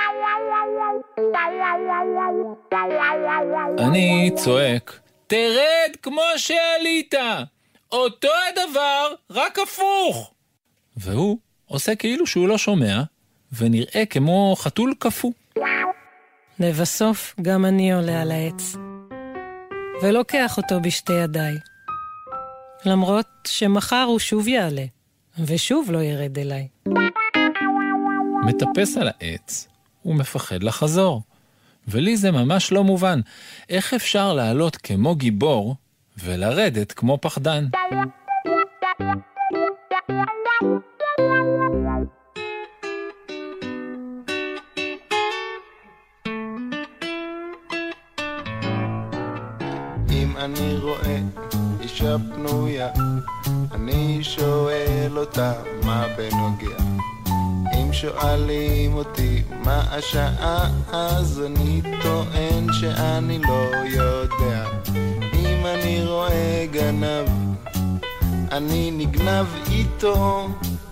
אני צועק, תרד כמו שעלית, אותו הדבר, רק הפוך. והוא עושה כאילו שהוא לא שומע, ונראה כמו חתול קפוא. לבסוף גם אני עולה על העץ, ולוקח אותו בשתי ידיי. למרות שמחר הוא שוב יעלה, ושוב לא ירד אליי. מטפס על העץ, הוא מפחד לחזור. ולי זה ממש לא מובן. איך אפשר לעלות כמו גיבור ולרדת כמו פחדן? אם אני רואה אישה פנויה, אני שואל אותה מה בנוגע. אם שואלים אותי מה השעה, אז אני טוען שאני לא יודע. אם אני רואה גנב, אני נגנב איתו.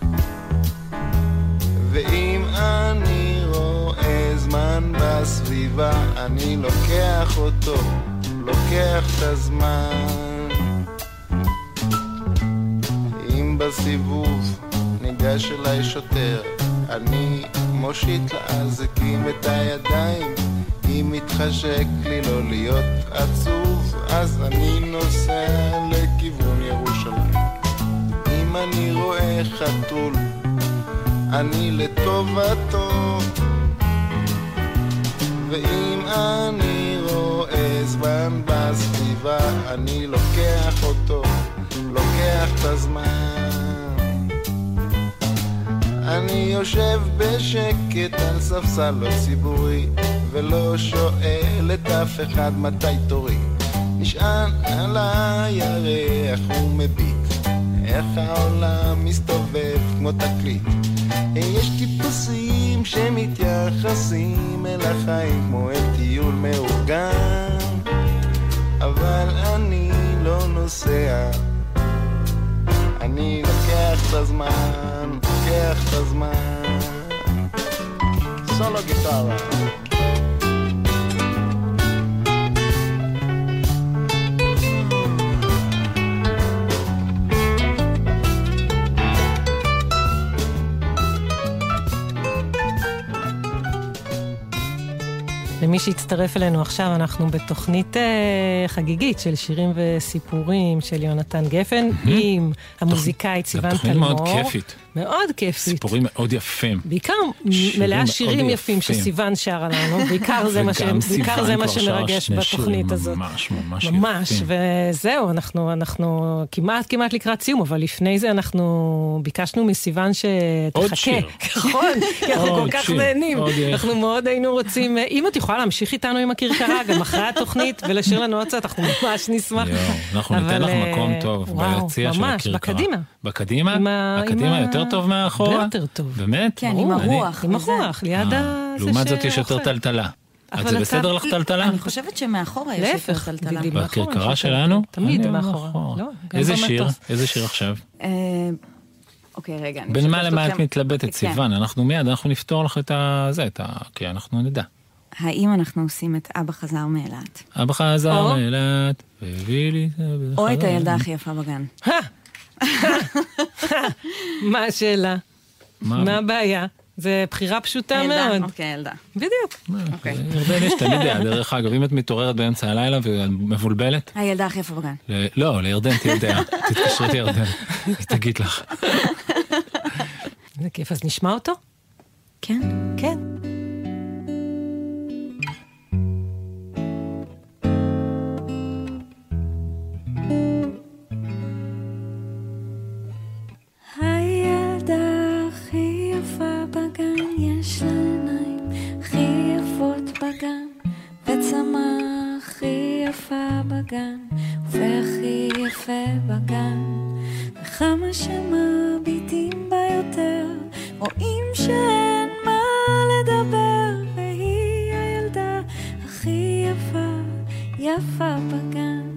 ואם אני רואה זמן בסביבה, אני לוקח אותו, לוקח את הזמן. אם בסיבוב ניגש אליי שוטר, אני מושיט לאזיקים את הידיים. אם מתחשק לי לא להיות עצוב, אז אני נוסע לכיוון ירושלים. אם אני רואה חתול, אני לטובתו. ואם אני רואה זמן בסביבה, אני לוקח אותו, לוקח את הזמן. אני יושב בשקט על ספסל לא ציבורי, ולא שואל את אף אחד מתי תורי. נשען על הירח ומביט איך העולם מסתובב כמו תקליט. יש טיפוסים שמתייחסים אל החיים כמו אל טיול מאורגן, אבל אני לא נוסע, אני לוקח את הזמן, לוקח את הזמן. סולו גיטרה. למי שהצטרף אלינו עכשיו, אנחנו בתוכנית חגיגית של שירים וסיפורים של יונתן גפן, עם המוזיקאית סיוון תלמור. תוכנית מאוד כיפית. מאוד כיפית. סיפורים מאוד יפים. בעיקר מלאה שירים יפים שסיוון שרה לנו, בעיקר זה מה שמרגש בתוכנית הזאת. ממש, וזהו, אנחנו כמעט לקראת סיום, אבל לפני זה אנחנו ביקשנו מסיוון שתחכה. נכון, כי אנחנו כל כך נהנים. אנחנו מאוד היינו רוצים, אם את יכולה יכולה להמשיך איתנו עם הכרכרה, גם אחרי התוכנית, ולשיר לנו עוד קצת, אנחנו ממש נשמח. אנחנו ניתן לך מקום טוב, ביציע של הכרכרה. ממש, בקדימה. בקדימה? בקדימה יותר טוב מאחורה? יותר טוב. באמת? כן, עם הרוח. עם הרוח, ליד לעומת זאת יש יותר טלטלה. אז זה בסדר לך טלטלה? אני חושבת שמאחורה יש יותר טלטלה. בכרכרה שלנו? תמיד מאחורה. איזה שיר עכשיו? אוקיי, רגע. בין מה למה את מתלבטת, סיוון? אנחנו נפתור לך את זה, כי אנחנו נדע. האם אנחנו עושים את אבא חזר מאילת? אבא חזר מאילת, והביא לי... או את הילדה הכי יפה בגן. מה השאלה? מה הבעיה? זה בחירה פשוטה מאוד. אוקיי, ילדה. בדיוק. ירדן יש תמיד דעה, דרך אגב, אם את מתעוררת באמצע הלילה ומבולבלת... הילדה הכי יפה בגן. לא, לירדן תהיה דעה. תתקשרי את ירדן, היא תגיד לך. זה כיף, אז נשמע אותו? כן. כן. והכי יפה בגן, וכמה שמביטים בה יותר, רואים שאין מה לדבר, והיא הילדה הכי יפה בגן.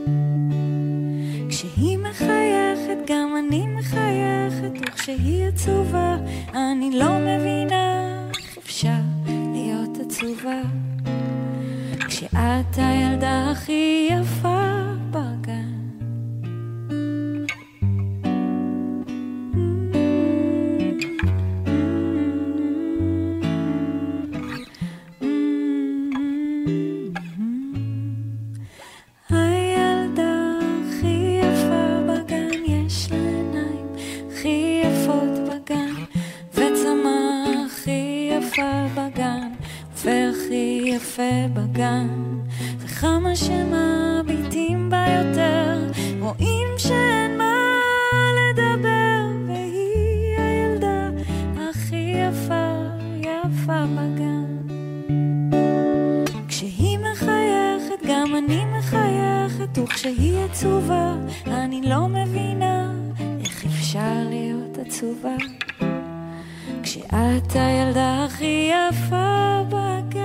כשהיא מחייכת גם אני מחייכת, וכשהיא עצובה אני לא מבינה איך אפשר להיות עצובה. כשאת הילדה הכי יפה בגן. הילדה הכי יפה בגן, יש לה עיניים הכי יפות בגן, וצמא הכי יפה בגן, והכי יפה בגן, וכמה שמביטים בה יותר, רואים שאין מה לדבר, והיא הילדה הכי יפה בגן. כשהיא מחייכת גם אני מחייכת, וכשהיא עצובה אני לא מבינה איך אפשר להיות עצובה. כשאת הילדה הכי יפה בגן.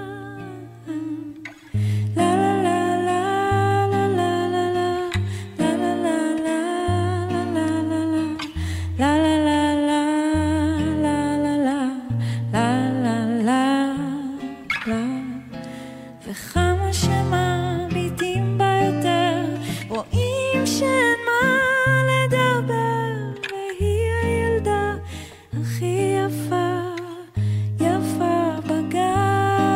וכמה שמביטים בה יותר, רואים שאין מה לדבר, והיא הילדה הכי יפה בגן.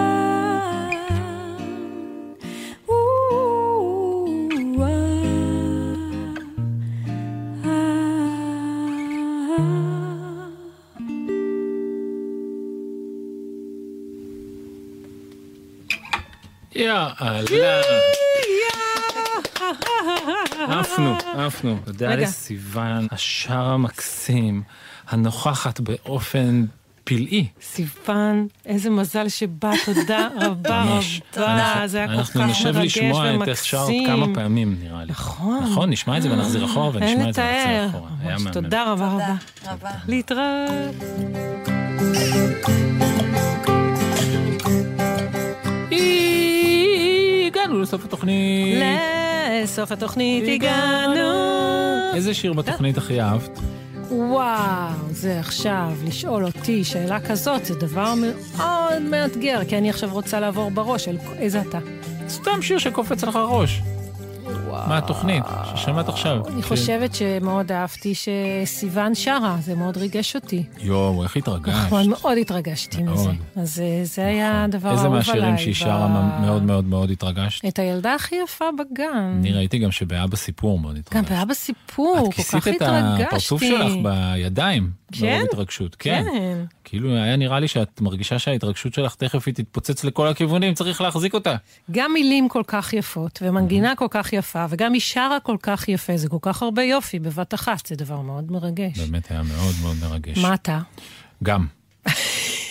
יאללה. עפנו. תודה לסיוון, השר המקסים, הנוכחת באופן פלאי. סיוון, איזה מזל שבא, תודה רבה. זה היה כל כך מרגש ומקסים. אנחנו נשב לשמוע את השאר כמה פעמים, נראה לי. נכון, נשמע את זה ונחזיר אחורה, ונשמע את זה ונחזיר אחורה. תודה רבה. להתראות. הגענו לסוף התוכנית. לסוף התוכנית הגענו. איזה שיר בתוכנית הכי אהבת? וואו, זה עכשיו, לשאול אותי שאלה כזאת, זה דבר מאוד מאתגר, כי אני עכשיו רוצה לעבור בראש, איזה אתה? סתם שיר שקופץ לך ראש. מה התוכנית ששמעת עכשיו? אני חושבת שמאוד אהבתי שסיוון שרה, זה מאוד ריגש אותי. יואו, איך התרגשת? נכון, מאוד התרגשתי מזה. אז זה היה דבר אהוב עליי. איזה מהשירים שהיא שרה מאוד מאוד מאוד התרגשת? את הילדה הכי יפה בגן. אני ראיתי גם שבאבא סיפור מאוד התרגשת. גם באבא סיפור, כל כך התרגשתי. את כיסית את הפרצוף שלך בידיים. כן? מאוד התרגשות, כן. כאילו היה נראה לי שאת מרגישה שההתרגשות שלך תכף היא תתפוצץ לכל הכיוונים, צריך להחזיק אותה. גם מילים כל כך יפות, ומנגינה כל כך יפה, וגם היא שרה כל כך יפה, זה כל כך הרבה יופי בבת אחת, זה דבר מאוד מרגש. באמת היה מאוד מאוד מרגש. מה אתה? גם.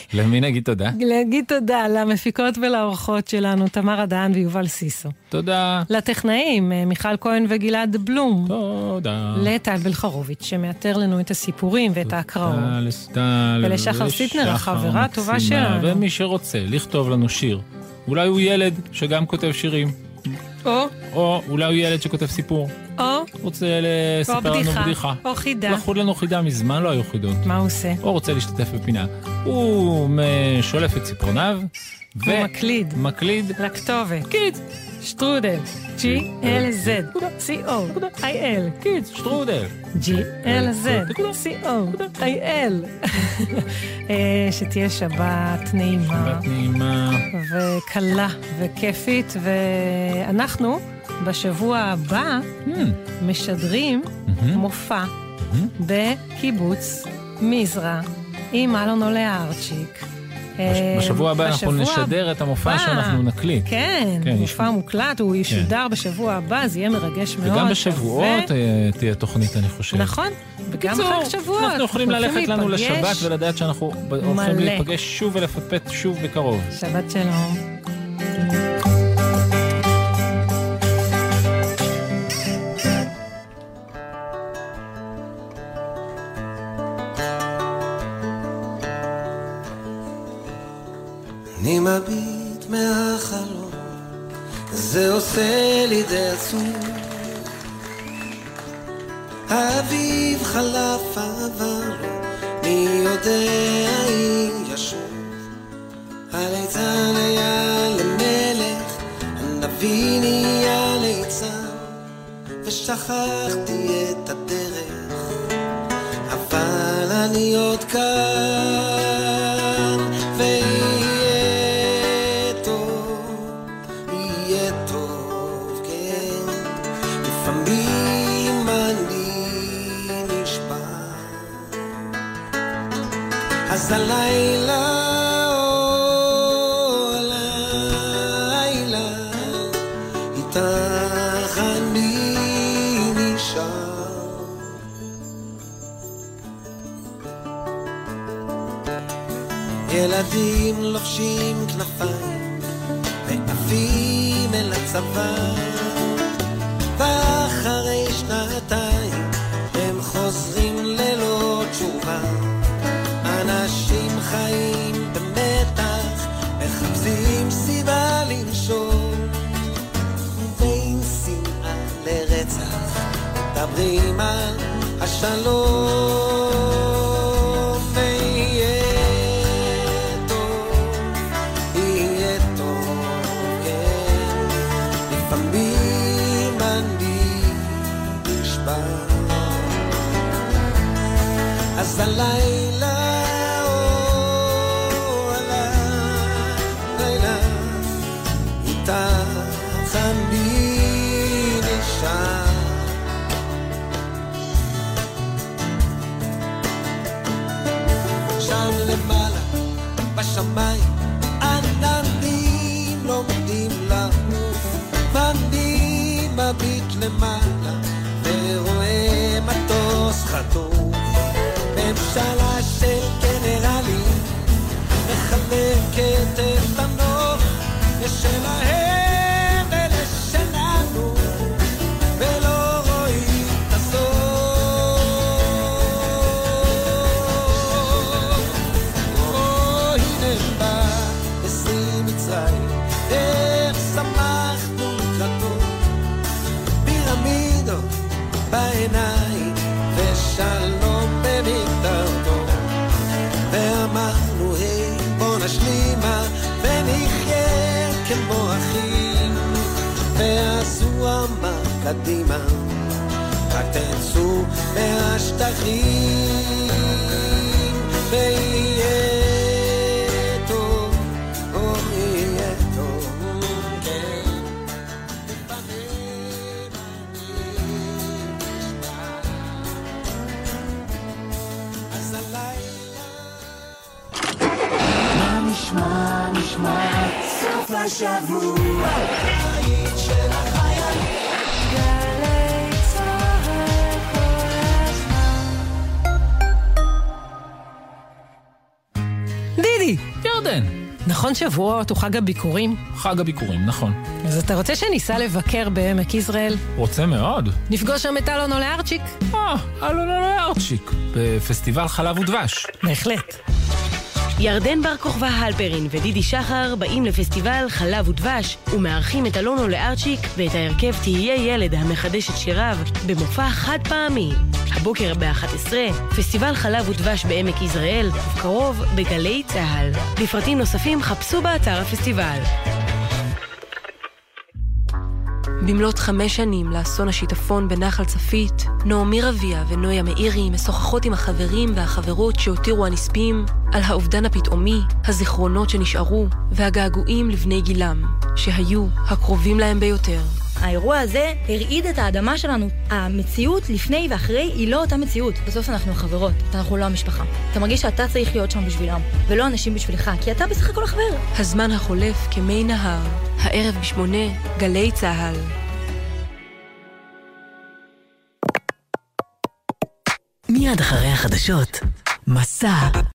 למי נגיד תודה? להגיד תודה למפיקות ולאורחות שלנו, תמר עדן ויובל סיסו. תודה. לטכנאים, מיכל כהן וגלעד בלום. תודה. לטל בלחרוביץ', שמאתר לנו את הסיפורים ואת ההקראות. תודה לסטל. ולשחר סיטנר, החברה הטובה שלנו. ומי שרוצה לכתוב לנו שיר. אולי הוא ילד שגם כותב שירים. או אולי הוא ילד שכותב סיפור. או רוצה לספר לנו בדיחה. או חידה. לחוד לנו חידה, מזמן לא היו חידות. מה הוא עושה? או רוצה להשתתף בפינה. הוא שולף את ציפורניו. הוא מקליד. לכתובת. קידס. שטרודל. GLZ. COIL. קידס. שטרודל. GLZ. COIL. שתהיה שבת נעימה. שבת נעימה. וקלה וכיפית. ואנחנו בשבוע הבא משדרים מופע בקיבוץ מזרע עם אלון עולה ארצ'יק. בשבוע הבא אנחנו נשדר את המופע שאנחנו נקליט. כן, מופע מוקלט, הוא ישודר בשבוע הבא, זה יהיה מרגש מאוד. וגם בשבועות תהיה תוכנית, אני חושב. נכון, וגם אחר שבועות. אנחנו יכולים ללכת לנו לשבת ולדעת שאנחנו הולכים להיפגש שוב ולפטפט שוב בקרוב. שבת שלום. אני מביט מהחלום, זה עושה לי די עצוב. האביב חלף עבר, מי יודע אם ישוב. הליצן היה למלך, הנביא נהיה ליצן, ושכחתי את הדרך, אבל אני עוד כאן, אז הלילה, הלילה, איתך אני נשאר. ילדים לובשים כנפיים ועפים אל הצבא, ואחרי שנתיים הם חוזרים ללא תשובה. אנשים חיים במתח, מחפשים סיבה לנשום, בין שנאה לרצח מדברים על השלום. ויהיה טוב, כן, לפעמים אני נשבר. אז הלילה שם למעלה בשמיים עננים לומדים לעוף, ואני מביט למעלה ורואה מטוס חטוף, ממשלה של גנרלים מחלקת את הנוף לשלהם ולשלנו, ולא רואים את הסוף. הנה בא נשיא מצרים, איך שמחנו לקראתו, פירמידות בעיניים ושלום במקדרתו, ואמרנו היי בוא נשלימה ונחיה כמו אחים, ואז הוא אמר קדימה רק תצאו מהשטחים, ויהיה טוב, יהיה טוב, כן. לפעמים אני אז הלילה מה נשמע סוף השבוע היית של החייל גלי צהל כל הזמן. דידי נכון שבועות הוא חג הביקורים? חג הביקורים, נכון. אז אתה רוצה שניסע לבקר בעמק יזרעאל? רוצה מאוד. נפגוש שם את אלון אולארצ'יק? אלון אולארצ'יק, בפסטיבל חלב ודבש. בהחלט. ירדן בר כוכבא הלפרין ודידי שחר באים לפסטיבל חלב ודבש ומארחים את אלון אולארצ'יק ואת ההרכב תהיה ילד המחדש את שיריו במופע חד פעמי. הבוקר ב-11, פסטיבל חלב ודבש בעמק יזרעאל, ובקרוב בגלי צהל. לפרטים נוספים חפשו באתר הפסטיבל. במלאת 5 שנים לאסון השיטפון בנחל צפית, נעמי רביה ונויה מאירי משוחחות עם החברים והחברות שהותירו הנספים על האובדן הפתאומי, הזיכרונות שנשארו והגעגועים לבני גילם, שהיו הקרובים להם ביותר. האירוע הזה הרעיד את האדמה שלנו. המציאות לפני ואחרי היא לא אותה מציאות. בסוף אנחנו חברות, אנחנו לא המשפחה. אתה מרגיש שאתה צריך להיות שם בשבילם, ולא אנשים בשבילך, כי אתה בסך הכל החבר. הזמן החולף כמי נהר, הערב ב8, גלי צהל. מיד אחרי החדשות, מסע